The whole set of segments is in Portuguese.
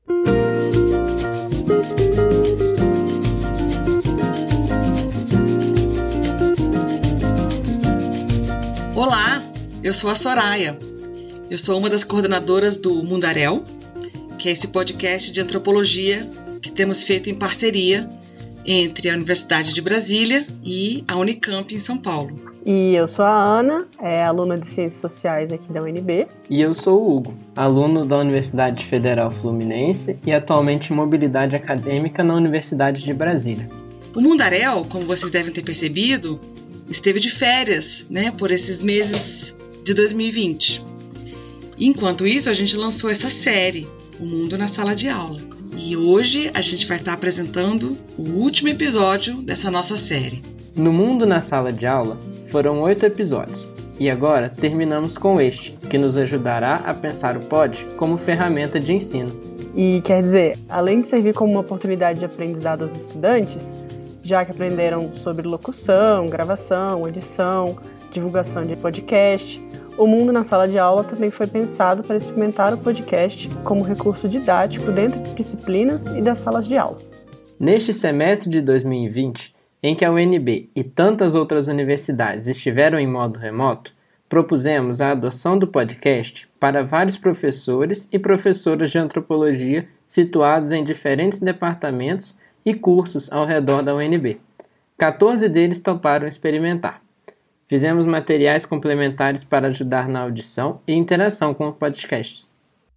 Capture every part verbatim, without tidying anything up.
Olá, eu sou a Soraya. Eu sou uma das coordenadoras do Mundaréu, que é esse podcast de antropologia que temos feito em parceria entre a Universidade de Brasília e a Unicamp em São Paulo. E eu sou a Ana, é aluna de Ciências Sociais aqui da U N B. E eu sou o Hugo, aluno da Universidade Federal Fluminense e atualmente em mobilidade acadêmica na Universidade de Brasília. O Mundaréu, como vocês devem ter percebido, esteve de férias, né, por esses meses de dois mil e vinte. Enquanto isso, a gente lançou essa série, O Mundo na Sala de Aula. E hoje a gente vai estar apresentando o último episódio dessa nossa série. No Mundo na Sala de Aula foram oito episódios. E agora terminamos com este, que nos ajudará a pensar o Pod como ferramenta de ensino. E quer dizer, além de servir como uma oportunidade de aprendizado aos estudantes, já que aprenderam sobre locução, gravação, edição, divulgação de podcast, o Mundo na Sala de Aula também foi pensado para experimentar o podcast como recurso didático dentro de disciplinas e das salas de aula. Neste semestre de dois mil e vinte, em que a U N B e tantas outras universidades estiveram em modo remoto, propusemos a adoção do podcast para vários professores e professoras de antropologia situados em diferentes departamentos e cursos ao redor da U N B. quatorze deles toparam experimentar. Fizemos materiais complementares para ajudar na audição e interação com os podcasts.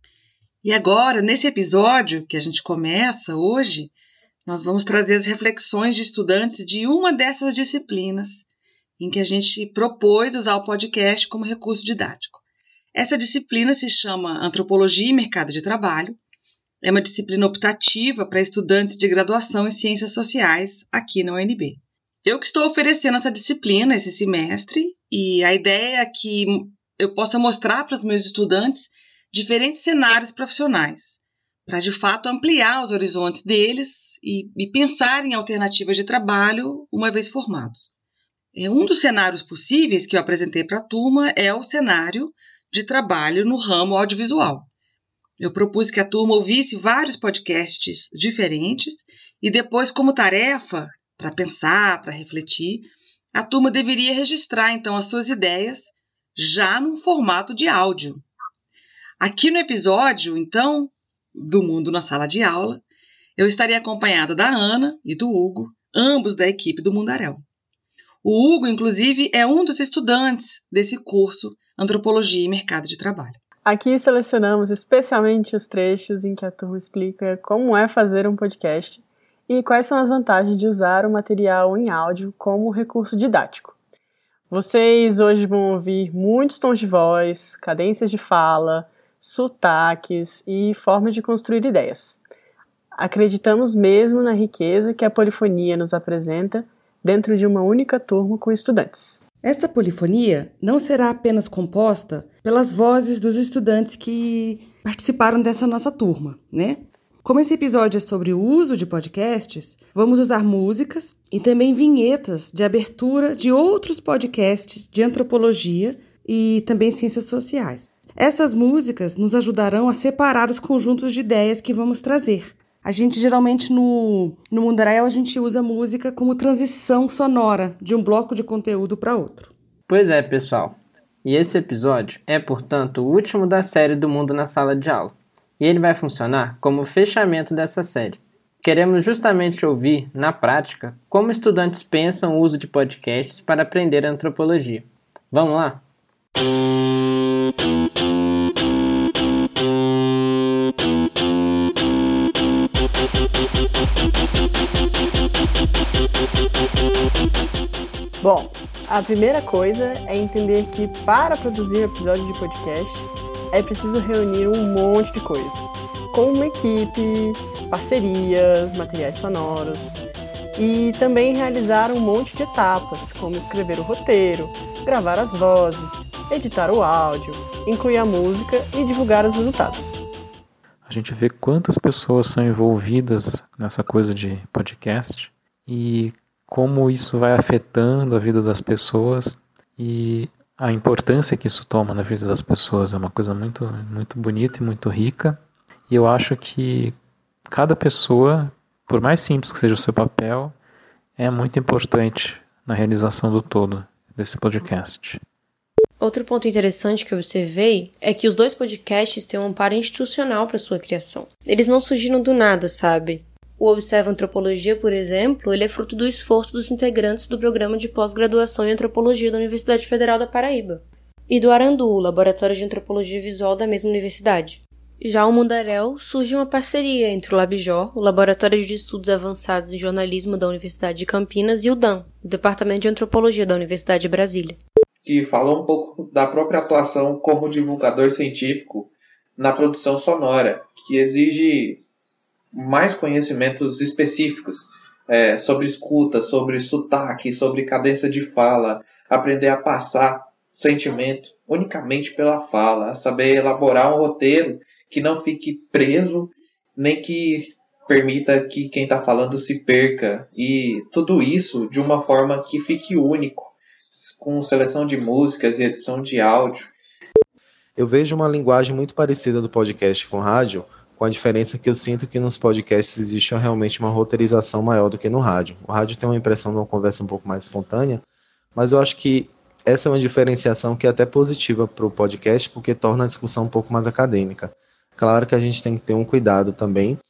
E agora, nesse episódio que a gente começa hoje, nós vamos trazer as reflexões de estudantes de uma dessas disciplinas em que a gente propôs usar o podcast como recurso didático. Essa disciplina se chama Antropologia e Mercado de Trabalho. É uma disciplina optativa para estudantes de graduação em Ciências Sociais aqui na U N B. Eu que estou oferecendo essa disciplina esse semestre e a ideia é que eu possa mostrar para os meus estudantes diferentes cenários profissionais, para de fato ampliar os horizontes deles e, e pensar em alternativas de trabalho uma vez formados. Um dos cenários possíveis que eu apresentei para a turma é o cenário de trabalho no ramo audiovisual. Eu propus que a turma ouvisse vários podcasts diferentes e depois, como tarefa, para pensar, para refletir, a turma deveria registrar, então, as suas ideias já num formato de áudio. Aqui no episódio, então, do Mundo na Sala de Aula, eu estaria acompanhada da Ana e do Hugo, ambos da equipe do Mundaréu. O Hugo, inclusive, é um dos estudantes desse curso Antropologia e Mercado de Trabalho. Aqui selecionamos especialmente os trechos em que a turma explica como é fazer um podcast e quais são as vantagens de usar o material em áudio como recurso didático. Vocês hoje vão ouvir muitos tons de voz, cadências de fala, sotaques e formas de construir ideias. Acreditamos mesmo na riqueza que a polifonia nos apresenta dentro de uma única turma com estudantes. Essa polifonia não será apenas composta pelas vozes dos estudantes que participaram dessa nossa turma, né? Como esse episódio é sobre o uso de podcasts, vamos usar músicas e também vinhetas de abertura de outros podcasts de antropologia e também ciências sociais. Essas músicas nos ajudarão a separar os conjuntos de ideias que vamos trazer. A gente geralmente no, no Mundaréu a gente usa música como transição sonora de um bloco de conteúdo para outro. Pois é, pessoal. E esse episódio é, portanto, o último da série do Mundo na Sala de Aula. E ele vai funcionar como fechamento dessa série. Queremos justamente ouvir, na prática, como estudantes pensam o uso de podcasts para aprender antropologia. Vamos lá? Bom, a primeira coisa é entender que para produzir um episódio de podcast é preciso reunir um monte de coisa, como uma equipe, parcerias, materiais sonoros e também realizar um monte de etapas, como escrever o roteiro, gravar as vozes, editar o áudio, incluir a música e divulgar os resultados. A gente vê quantas pessoas são envolvidas nessa coisa de podcast e como isso vai afetando a vida das pessoas e a importância que isso toma na vida das pessoas. É uma coisa muito, muito bonita e muito rica. E eu acho que cada pessoa, por mais simples que seja o seu papel, é muito importante na realização do todo desse podcast. Outro ponto interessante que eu observei é que os dois podcasts têm um amparo institucional para sua criação. Eles não surgiram do nada, sabe? O Observa Antropologia, por exemplo, ele é fruto do esforço dos integrantes do programa de pós-graduação em Antropologia da Universidade Federal da Paraíba e do Arandu, o Laboratório de Antropologia Visual da mesma universidade. Já o Mundaréu surge uma parceria entre o LabJor, o Laboratório de Estudos Avançados em Jornalismo da Universidade de Campinas, e o D A M, o Departamento de Antropologia da Universidade de Brasília. Que fala um pouco da própria atuação como divulgador científico na produção sonora, que exige mais conhecimentos específicos é, sobre escuta, sobre sotaque, sobre cadência de fala, aprender a passar sentimento unicamente pela fala, saber elaborar um roteiro que não fique preso, nem que permita que quem está falando se perca, e tudo isso de uma forma que fique único, com seleção de músicas e edição de áudio. Eu vejo uma linguagem muito parecida do podcast com rádio, com a diferença que eu sinto que nos podcasts existe realmente uma roteirização maior do que no rádio. O rádio tem uma impressão de uma conversa um pouco mais espontânea, mas eu acho que essa é uma diferenciação que é até positiva para o podcast, porque torna a discussão um pouco mais acadêmica. Claro que a gente tem que ter um cuidado também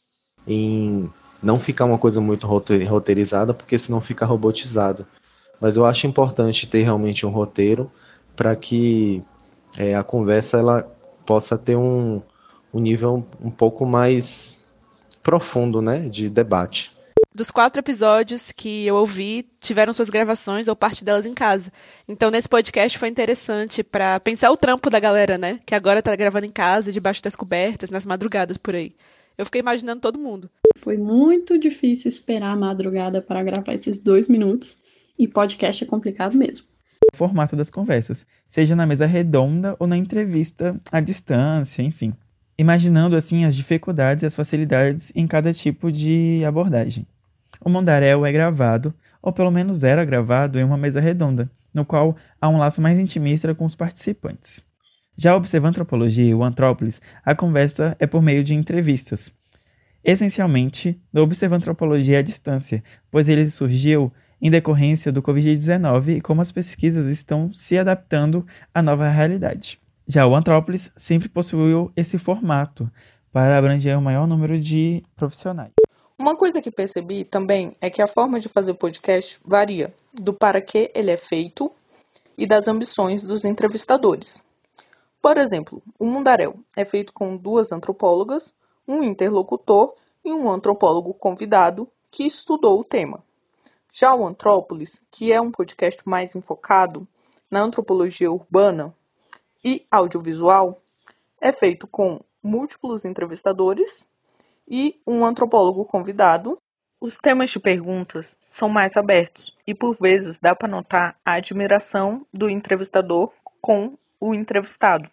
em não ficar uma coisa muito roteirizada, porque senão fica robotizado. Mas eu acho importante ter realmente um roteiro para que é, a conversa ela possa ter um, um nível um pouco mais profundo, né, de debate. Dos quatro episódios que eu ouvi, tiveram suas gravações ou parte delas em casa. Então, nesse podcast foi interessante para pensar o trampo da galera, né? Que agora tá gravando em casa, debaixo das cobertas, nas madrugadas por aí. Eu fiquei imaginando todo mundo. Foi muito difícil esperar a madrugada para gravar esses dois minutos. E podcast é complicado mesmo. O formato das conversas, seja na mesa redonda ou na entrevista à distância, enfim. Imaginando, assim, as dificuldades e as facilidades em cada tipo de abordagem. O Mundaréu é gravado, ou pelo menos era gravado, em uma mesa redonda, no qual há um laço mais intimista com os participantes. Já o Observa Antropologia e o Antrópolis, a conversa é por meio de entrevistas. Essencialmente, no Observa Antropologia à distância, pois ele surgiu em decorrência do covid dezenove e como as pesquisas estão se adaptando à nova realidade. Já o Antrópolis sempre possuiu esse formato para abranger o maior número de profissionais. Uma coisa que percebi também é que a forma de fazer podcast varia do para que ele é feito e das ambições dos entrevistadores. Por exemplo, o Mundaréu é feito com duas antropólogas, um interlocutor e um antropólogo convidado que estudou o tema. Já o Antrópolis, que é um podcast mais enfocado na antropologia urbana e audiovisual, é feito com múltiplos entrevistadores e um antropólogo convidado. Os temas de perguntas são mais abertos e, por vezes, dá para notar a admiração do entrevistador com o entrevistado.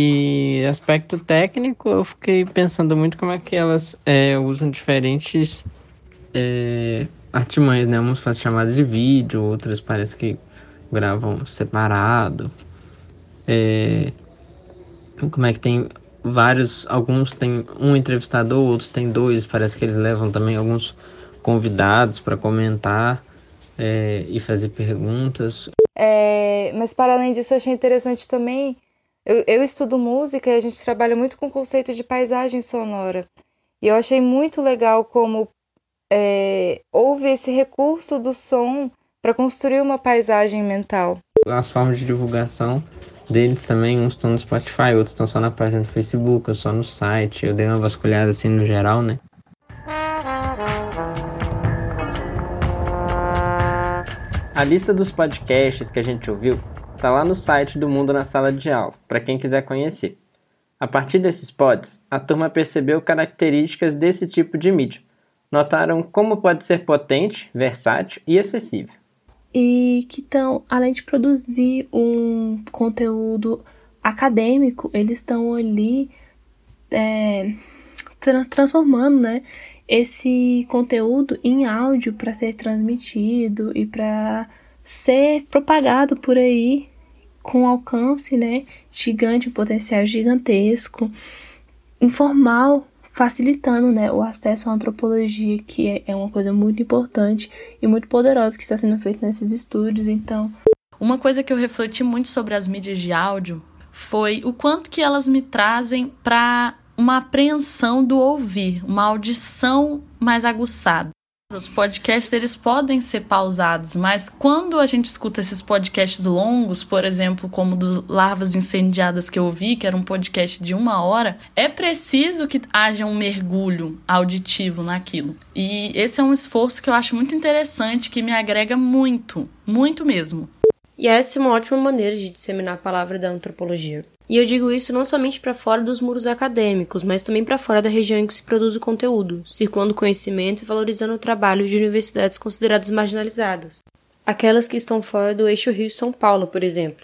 E aspecto técnico, eu fiquei pensando muito como é que elas é, usam diferentes é, artimanhas, né? Uns fazem chamadas de vídeo, outras parece que gravam separado. É, como é que tem vários, alguns tem um entrevistador, outros tem dois, parece que eles levam também alguns convidados para comentar é, e fazer perguntas. É, mas para além disso, eu achei interessante também, eu, eu estudo música e a gente trabalha muito com o conceito de paisagem sonora. E eu achei muito legal como é, houve esse recurso do som para construir uma paisagem mental. As formas de divulgação deles também, uns estão no Spotify, outros estão só na página do Facebook, ou só no site. Eu dei uma vasculhada assim no geral, né? A lista dos podcasts que a gente ouviu está lá no site do Mundo na Sala de Aula, para quem quiser conhecer. A partir desses pods, a turma percebeu características desse tipo de mídia. Notaram como pode ser potente, versátil e acessível. E que estão, além de produzir um conteúdo acadêmico, eles estão ali é, tra- transformando, né, esse conteúdo em áudio para ser transmitido e para ser propagado por aí com alcance, né, gigante, um potencial gigantesco, informal, facilitando, né, o acesso à antropologia, que é uma coisa muito importante e muito poderosa que está sendo feita nesses estúdios. Então, uma coisa que eu refleti muito sobre as mídias de áudio foi o quanto que elas me trazem para uma apreensão do ouvir, uma audição mais aguçada. Os podcasts, eles podem ser pausados, mas quando a gente escuta esses podcasts longos, por exemplo, como do Larvas Incendiadas que eu ouvi, que era um podcast de uma hora, é preciso que haja um mergulho auditivo naquilo. E esse é um esforço que eu acho muito interessante, que me agrega muito, muito mesmo. E essa é uma ótima maneira de disseminar a palavra da antropologia. E eu digo isso não somente para fora dos muros acadêmicos, mas também para fora da região em que se produz o conteúdo, circulando conhecimento e valorizando o trabalho de universidades consideradas marginalizadas. Aquelas que estão fora do eixo Rio-São Paulo, por exemplo.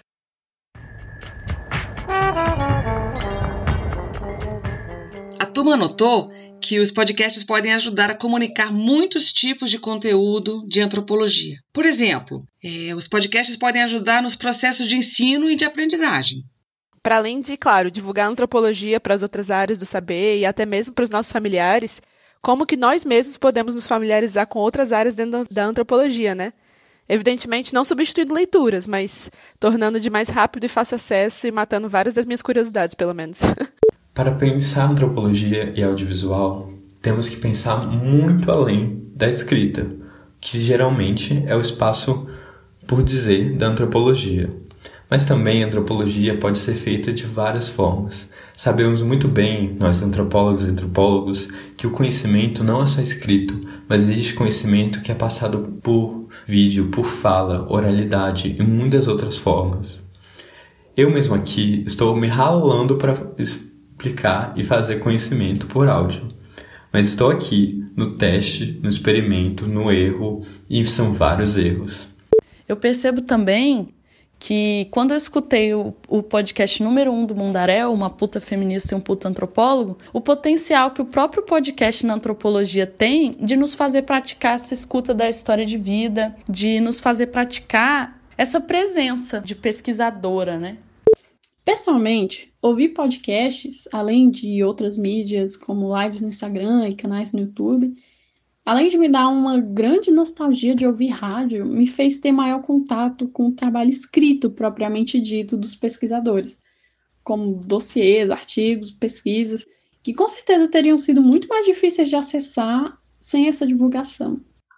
A turma notou que os podcasts podem ajudar a comunicar muitos tipos de conteúdo de antropologia. Por exemplo, é, os podcasts podem ajudar nos processos de ensino e de aprendizagem. Para além de, claro, divulgar a antropologia para as outras áreas do saber e até mesmo para os nossos familiares, como que nós mesmos podemos nos familiarizar com outras áreas dentro da antropologia, né? Evidentemente, não substituindo leituras, mas tornando de mais rápido e fácil acesso e matando várias das minhas curiosidades, pelo menos. Para pensar antropologia e audiovisual, temos que pensar muito além da escrita, que geralmente é o espaço por dizer da antropologia. Mas também a antropologia pode ser feita de várias formas. Sabemos muito bem, nós antropólogos e antropólogos, que o conhecimento não é só escrito, mas existe conhecimento que é passado por vídeo, por fala, oralidade e muitas outras formas. Eu mesmo aqui estou me ralando para explicar e fazer conhecimento por áudio. Mas estou aqui no teste, no experimento, no erro, e são vários erros. Eu percebo também que quando eu escutei o, o podcast número um do Mundaréu, Uma Puta Feminista e um Puta Antropólogo, o potencial que o próprio podcast na antropologia tem de nos fazer praticar essa escuta da história de vida, de nos fazer praticar essa presença de pesquisadora, né? Pessoalmente, ouvir podcasts, além de outras mídias como lives no Instagram e canais no YouTube, além de me dar uma grande nostalgia de ouvir rádio, me fez ter maior contato com o trabalho escrito propriamente dito dos pesquisadores, como dossiês, artigos, pesquisas, que com certeza teriam sido muito mais difíceis de acessar sem essa divulgação.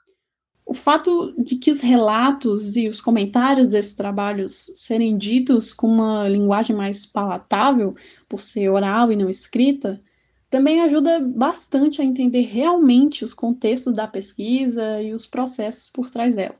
O fato de que os relatos e os comentários desses trabalhos serem ditos com uma linguagem mais palatável, por ser oral e não escrita, também ajuda bastante a entender realmente os contextos da pesquisa e os processos por trás dela.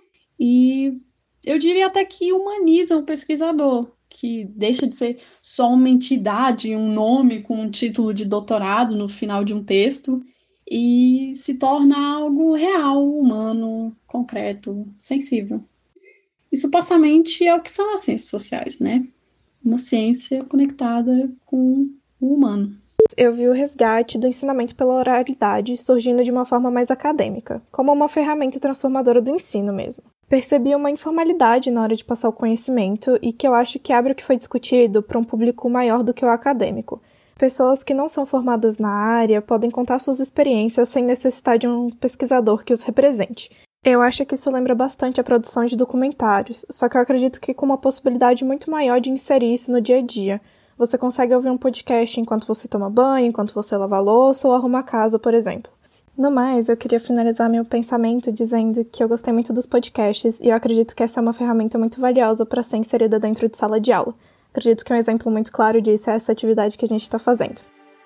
E eu diria até que humaniza o pesquisador, que deixa de ser só uma entidade, um nome com um título de doutorado no final de um texto, e se torna algo real, humano, concreto, sensível. E supostamente é o que são as ciências sociais, né? Uma ciência conectada com o humano. Eu vi o resgate do ensinamento pela oralidade surgindo de uma forma mais acadêmica, como uma ferramenta transformadora do ensino mesmo. Percebi uma informalidade na hora de passar o conhecimento e que eu acho que abre o que foi discutido para um público maior do que o acadêmico. Pessoas que não são formadas na área podem contar suas experiências sem necessitar de um pesquisador que os represente. Eu acho que isso lembra bastante a produção de documentários, só que eu acredito que com uma possibilidade muito maior de inserir isso no dia a dia. Você consegue ouvir um podcast enquanto você toma banho, enquanto você lava a louça ou arruma a casa, por exemplo. No mais, eu queria finalizar meu pensamento dizendo que eu gostei muito dos podcasts e eu acredito que essa é uma ferramenta muito valiosa para ser inserida dentro de sala de aula. Acredito que um exemplo muito claro disso é essa atividade que a gente está fazendo.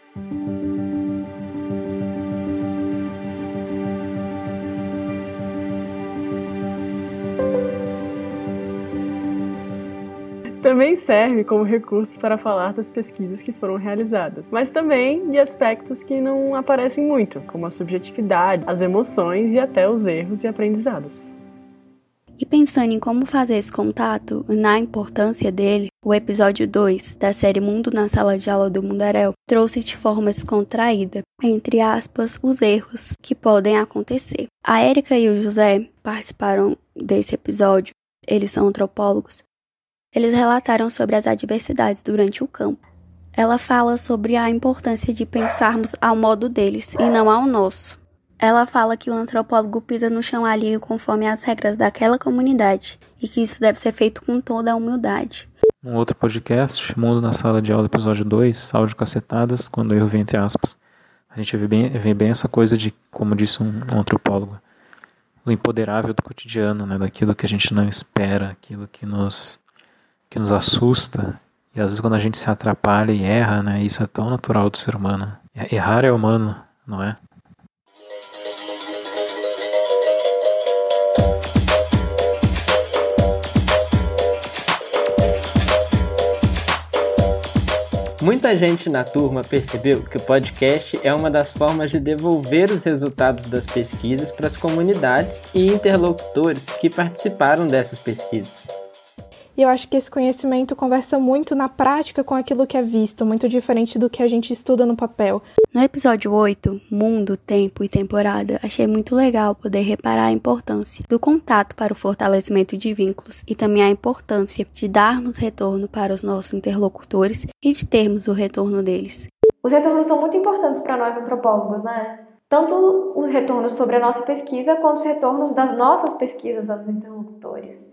Também serve como recurso para falar das pesquisas que foram realizadas, mas também de aspectos que não aparecem muito, como a subjetividade, as emoções e até os erros e aprendizados. E pensando em como fazer esse contato, na importância dele, o episódio dois da série Mundo na Sala de Aula do Mundaréu trouxe de forma descontraída, entre aspas, os erros que podem acontecer. A Érica e o José participaram desse episódio, eles são antropólogos. Eles relataram sobre as adversidades durante o campo. Ela fala sobre a importância de pensarmos ao modo deles e não ao nosso. Ela fala que o antropólogo pisa no chão alheio conforme as regras daquela comunidade e que isso deve ser feito com toda a humildade. Um outro podcast, Mundo na Sala de Aula, episódio dois, áudio cacetadas, quando o erro vem entre aspas. A gente vê bem, vê bem essa coisa de, como disse um, um antropólogo, do empoderável do cotidiano, né, daquilo que a gente não espera, aquilo que nos, que nos assusta. E às vezes quando a gente se atrapalha e erra, né, isso é tão natural do ser humano. Errar é humano, não é? Muita gente na turma percebeu que o podcast é uma das formas de devolver os resultados das pesquisas para as comunidades e interlocutores que participaram dessas pesquisas. E eu acho que esse conhecimento conversa muito na prática com aquilo que é visto, muito diferente do que a gente estuda no papel. No episódio oito, Mundo, Tempo e Temporada, achei muito legal poder reparar a importância do contato para o fortalecimento de vínculos e também a importância de darmos retorno para os nossos interlocutores e de termos o retorno deles. Os retornos são muito importantes para nós antropólogos, né? Tanto os retornos sobre a nossa pesquisa, quanto os retornos das nossas pesquisas aos interlocutores.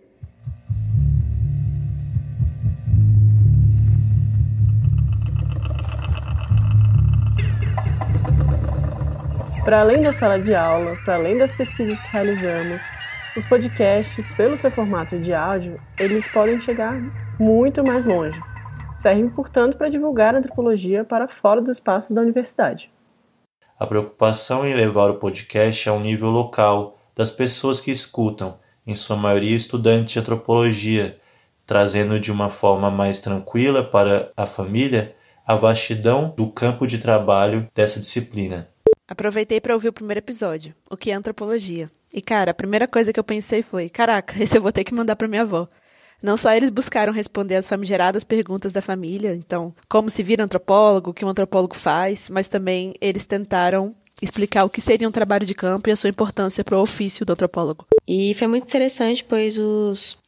Para além da sala de aula, para além das pesquisas que realizamos, os podcasts, pelo seu formato de áudio, eles podem chegar muito mais longe. Servem, portanto, para divulgar a antropologia para fora dos espaços da universidade. A preocupação em levar o podcast a um nível local, das pessoas que escutam, em sua maioria estudantes de antropologia, trazendo de uma forma mais tranquila para a família a vastidão do campo de trabalho dessa disciplina. Aproveitei para ouvir o primeiro episódio, o que é antropologia. E, cara, a primeira coisa que eu pensei foi, caraca, esse eu vou ter que mandar para minha avó. Não só eles buscaram responder as famigeradas perguntas da família, então, como se vira antropólogo, o que um antropólogo faz, mas também eles tentaram explicar o que seria um trabalho de campo e a sua importância para o ofício do antropólogo. E foi muito interessante, pois os,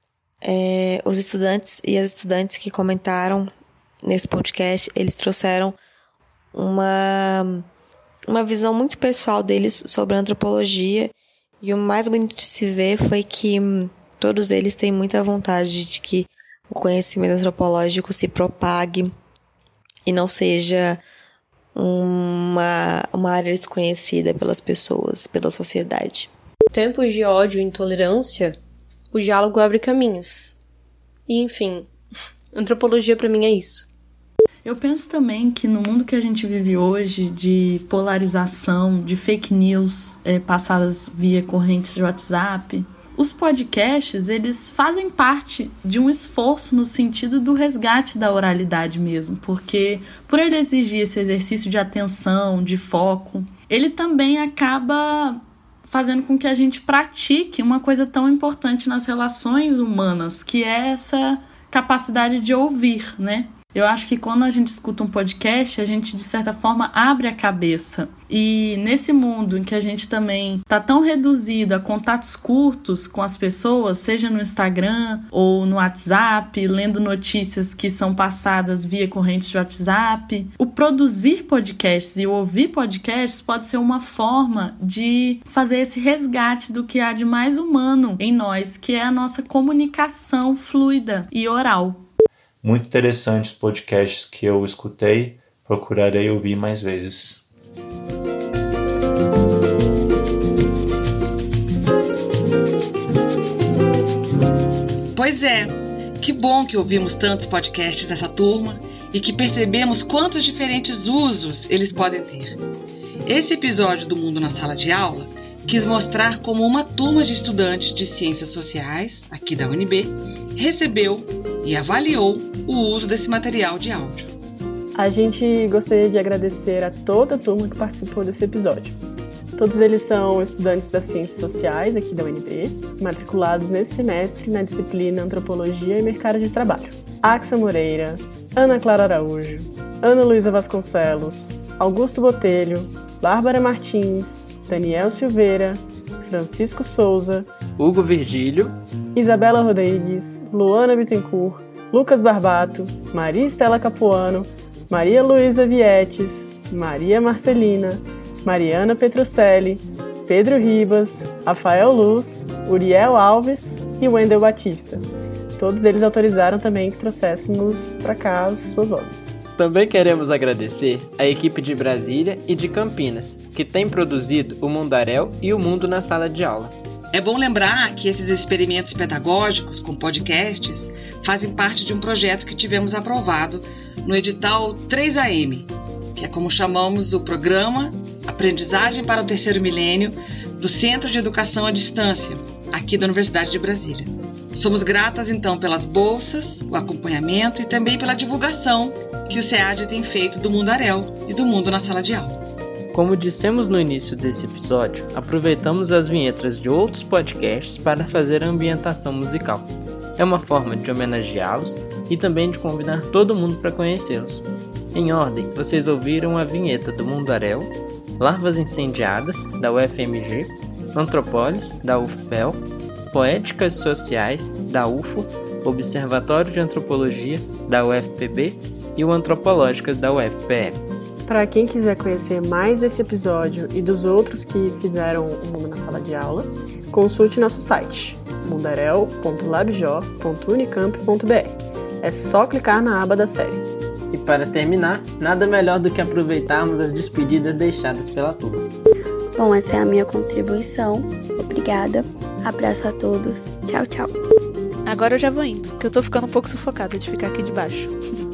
é, os estudantes e as estudantes que comentaram nesse podcast, eles trouxeram uma... uma visão muito pessoal deles sobre a antropologia, e o mais bonito de se ver foi que hum, todos eles têm muita vontade de que o conhecimento antropológico se propague e não seja uma, uma área desconhecida pelas pessoas, pela sociedade. Em tempos de ódio e intolerância, o diálogo abre caminhos. E, enfim, antropologia para mim é isso. Eu penso também que no mundo que a gente vive hoje, de polarização, de fake news é, passadas via correntes de WhatsApp, os podcasts, eles fazem parte de um esforço no sentido do resgate da oralidade mesmo, porque por ele exigir esse exercício de atenção, de foco, ele também acaba fazendo com que a gente pratique uma coisa tão importante nas relações humanas, que é essa capacidade de ouvir, né? Eu acho que quando a gente escuta um podcast, a gente, de certa forma, abre a cabeça. E nesse mundo em que a gente também está tão reduzido a contatos curtos com as pessoas, seja no Instagram ou no WhatsApp, lendo notícias que são passadas via correntes de WhatsApp, o produzir podcasts e o ouvir podcasts pode ser uma forma de fazer esse resgate do que há de mais humano em nós, que é a nossa comunicação fluida e oral. Muito interessantes os podcasts que eu escutei, procurarei ouvir mais vezes. Pois é, que bom que ouvimos tantos podcasts dessa turma e que percebemos quantos diferentes usos eles podem ter. Esse episódio do Mundo na Sala de Aula quis mostrar como uma turma de estudantes de Ciências Sociais, aqui da U N B, recebeu e avaliou o uso desse material de áudio. A gente gostaria de agradecer a toda a turma que participou desse episódio. Todos eles são estudantes das Ciências Sociais aqui da U N B, matriculados nesse semestre na disciplina Antropologia e Mercado de Trabalho. Axa Moreira, Ana Clara Araújo, Ana Luísa Vasconcelos, Augusto Botelho, Bárbara Martins, Daniel Silveira, Francisco Souza, Hugo Virgílio, Isabela Rodrigues, Luana Bittencourt, Lucas Barbato, Maria Estela Capuano, Maria Luísa Vietes, Maria Marcelina, Mariana Petrucelli, Pedro Ribas, Rafael Luz, Uriel Alves e Wendel Batista. Todos eles autorizaram também que trouxéssemos para cá as suas vozes. Também queremos agradecer a equipe de Brasília e de Campinas, que tem produzido o Mundaréu e o Mundo na Sala de Aula. É bom lembrar que esses experimentos pedagógicos com podcasts fazem parte de um projeto que tivemos aprovado no edital três A M, que é como chamamos o programa Aprendizagem para o Terceiro Milênio do Centro de Educação à Distância, aqui da Universidade de Brasília. Somos gratas, então, pelas bolsas, o acompanhamento e também pela divulgação que o SEAD tem feito do Mundaréu e do Mundo na Sala de Aula. Como dissemos no início desse episódio, aproveitamos as vinhetas de outros podcasts para fazer a ambientação musical. É uma forma de homenageá-los e também de convidar todo mundo para conhecê-los. Em ordem, vocês ouviram a vinheta do Mundaréu, Larvas Incendiadas, da U F M G, Antropólis, da U F P E L, Poéticas Sociais, da U F O, Observatório de Antropologia, da U F P B e o Antropológicas, da U F P M. Para quem quiser conhecer mais desse episódio e dos outros que fizeram o Mundo na Sala de Aula, consulte nosso site, mundarel ponto labjó ponto unicamp ponto b r. É só clicar na aba da série. E para terminar, nada melhor do que aproveitarmos as despedidas deixadas pela turma. Bom, essa é a minha contribuição. Obrigada. Abraço a todos. Tchau, tchau. Agora eu já vou indo, que eu tô ficando um pouco sufocada de ficar aqui debaixo.